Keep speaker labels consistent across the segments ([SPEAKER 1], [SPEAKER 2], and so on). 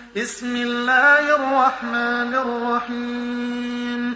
[SPEAKER 1] بسم الله الرحمن الرحيم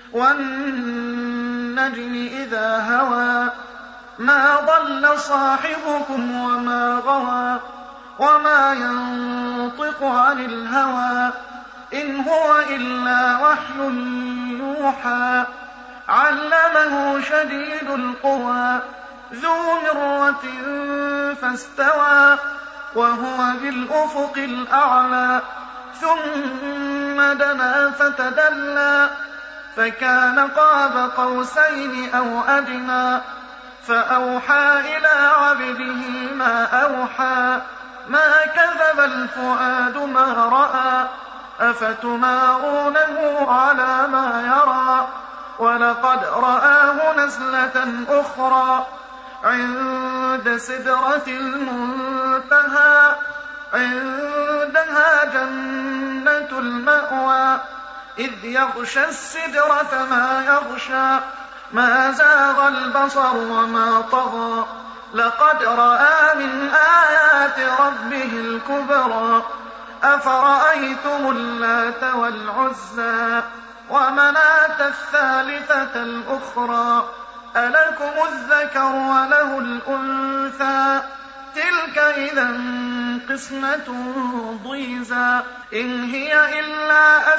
[SPEAKER 1] والنجم إذا هوى ما ضل صاحبكم وما غوى وما ينطق عن الهوى إن هو إلا وحي يوحى علمه شديد القوى ذو مرة فاستوى وهو بالأفق الأعلى ثم دنا فتدلى فكان قاب قوسين أو أدنى فأوحى إلى عبده ما أوحى ما كذب الفؤاد ما رأى أفتمارونه على ما يرى ولقد رآه نزلة أخرى عند سدرة المنتهى عندها جنة المأوى إذ يغشى السدرة ما يغشى ما زاغ البصر وما طغى لقد رأى من آيات ربه الكبرى أفرأيتم اللات والعزى ومناة الثالثة الأخرى ألكم الذكر وله الأنثى تلك إذا قسمة ضيزى إن هي إلا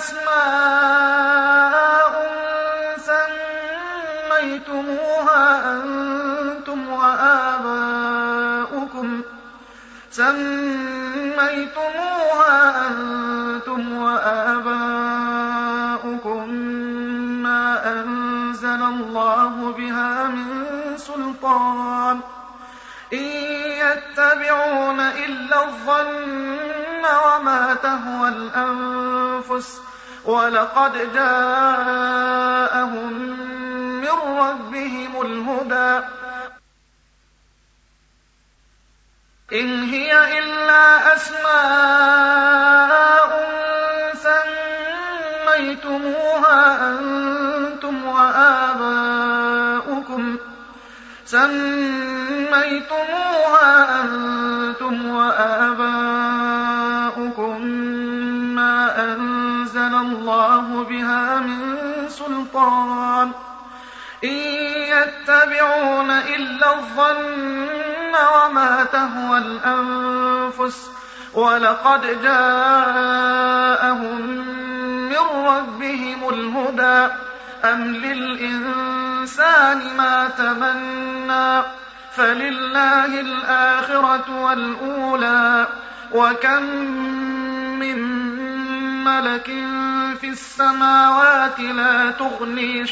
[SPEAKER 1] أسماء سميتموها أنتم وآباؤكم ما أنزل الله بها من سلطان إن يتبعون إلا الظن وما تهوى الأنفس ولقد جاءهم من ربهم الهدى إن هي إلا أسماء سميتموها أنتم وآباؤكم ما أنزل الله بها من سلطان إن يتبعون إلا الظن وما تهوى الأنفس ولقد جاءهم من ربهم الهدى أم للإنسان ما تمنى فلله الآخرة والأولى وكم من ملك في السماوات لا تغني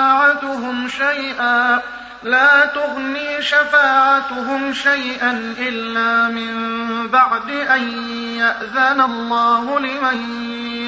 [SPEAKER 1] شفاعتهم شيئا إلا من بعد أن يأذن الله لمن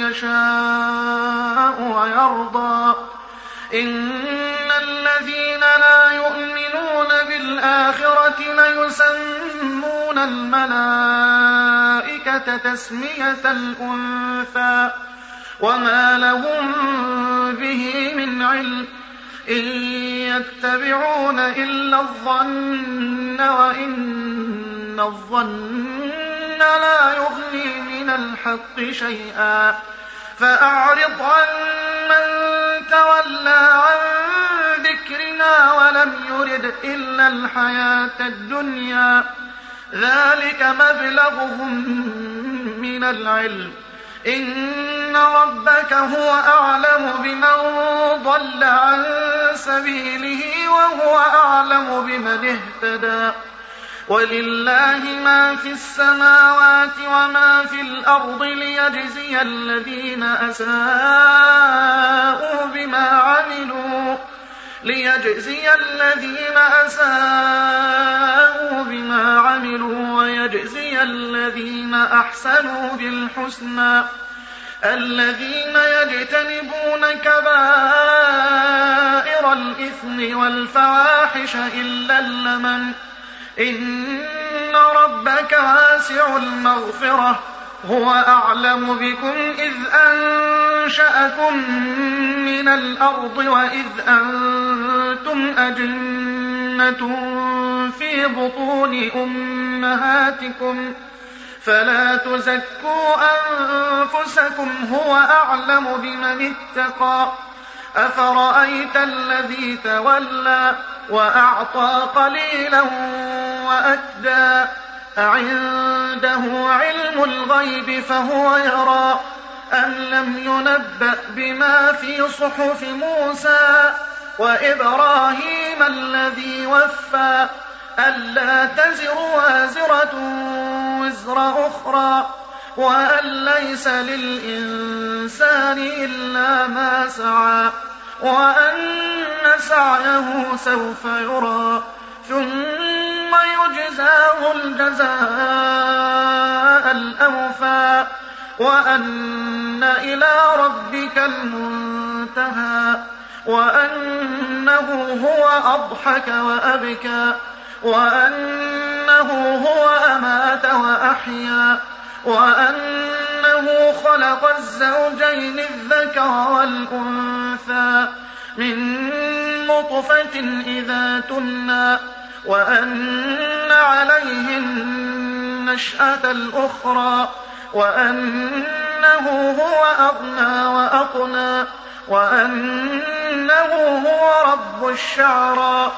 [SPEAKER 1] يشاء ويرضى إن الذين لا يؤمنون بالآخرة ليسمون الملائكة تسمية الأنثى وما لهم به من علم إن يتبعون إلا الظن وإن الظن لا يغني من الحق شيئا فأعرض عن من تولى عن ذكرنا ولم يرد إلا الحياة الدنيا ذلك مبلغهم من العلم إن ربك هو أعلم بمن ضل عن سبيله وهو أعلم بمن اهتدى ولله ما في السماوات وما في الأرض ليجزي الذين أساءوا بما عملوا ويجزي الذين أحسنوا بالحسنى الذين يجتنبون كبائر الإثم والفواحش إلا اللمم إن ربك واسع المغفرة هو أعلم بكم إذ أنشأكم من الأرض وإذ أنتم أجنة في بطون أمهاتكم فلا تزكوا أنفسكم هو أعلم بمن اتقى أفرأيت الذي تولى وأعطى قليلا وأكدى أعنده علم الغيب فهو يرى أم لم ينبأ بما في صحف موسى وإبراهيم الذي وفى ألا تزر وازرة وزر أخرى وأن ليس للإنسان إلا ما سعى وأن سعيه سوف يرى ثم يجزاه الجزاء الأوفى وأن إلى ربك المنتهى وأنه هو أضحك وأبكى وأنه هو أمات وأحيا وأنه خلق الزوجين الذكر والأنثى من نطفة إذا تمنى وأن عليه النشأة الأخرى وأنه هو أغنى وأقنى وأنه هو رب الشعرى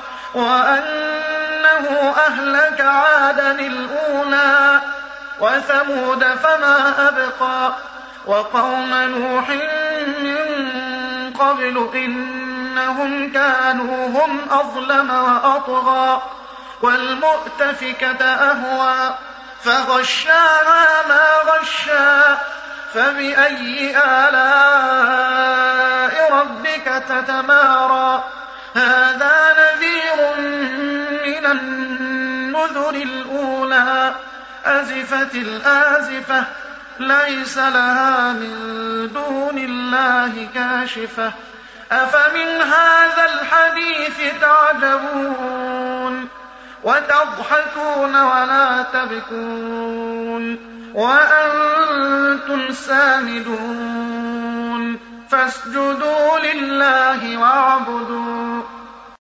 [SPEAKER 1] وأنه أهلك عادا الأولى وثمود فما أبقى وقوم نوح من قبل إنهم كانوا هم أظلم وأطغى والمؤتفكة أهوى فغشاها ما غشى فبأي آلاء ربك تتمارى هذا نذير من النذر الأولى أزفت الآزفة ليس لها من دون الله كاشفة أفمن هذا الحديث تعجبون وتضحكون ولا تبكون وأنتم سامدون فاسجدوا لله واعبدوا